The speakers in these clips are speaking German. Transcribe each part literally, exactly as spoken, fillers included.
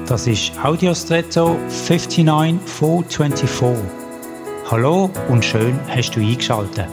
Das ist Audiostretto neunundfünfzig vierhundertvierundzwanzig. Hallo und schön hast du eingeschaltet.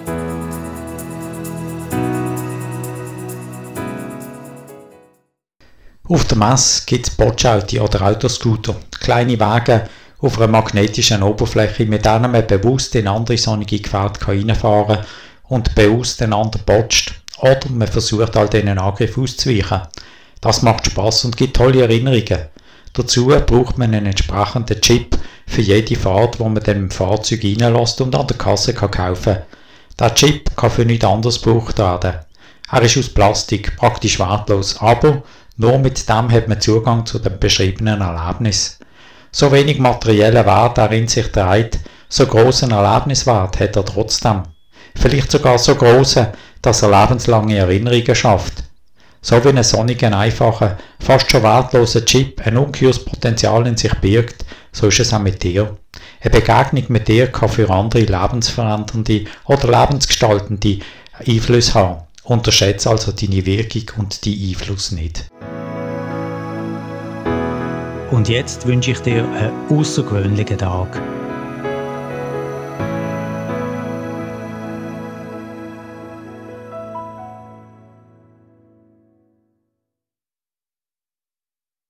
Auf der Messe gibt es Bocciauti oder Autoscooter, kleine Wagen auf einer magnetischen Oberfläche, mit denen man bewusst in andere sonnige Gefährte reinfahren kann und bewusst einander botscht. Oder man versucht all diesen Angriffen auszuweichen. Das macht Spass und gibt tolle Erinnerungen. Dazu braucht man einen entsprechenden Chip für jede Fahrt, wo man dann im Fahrzeug reinlässt und an der Kasse kann kaufen kann. Der Chip kann für nichts anderes gebraucht werden. Er ist aus Plastik, praktisch wertlos, aber nur mit dem hat man Zugang zu dem beschriebenen Erlebnis. So wenig materiellen Wert er in sich trägt, so grossen Erlebniswert hat er trotzdem. Vielleicht sogar so grossen, dass er lebenslange Erinnerungen schafft. So wie ein sonniger, einfacher, fast schon wertloser Chip ein ungeheures Potenzial in sich birgt, so ist es auch mit dir. Eine Begegnung mit dir kann für andere lebensverändernde oder lebensgestaltende Einflüsse haben. Unterschätze also deine Wirkung und deinen Einfluss nicht. Und jetzt wünsche ich dir einen außergewöhnlichen Tag.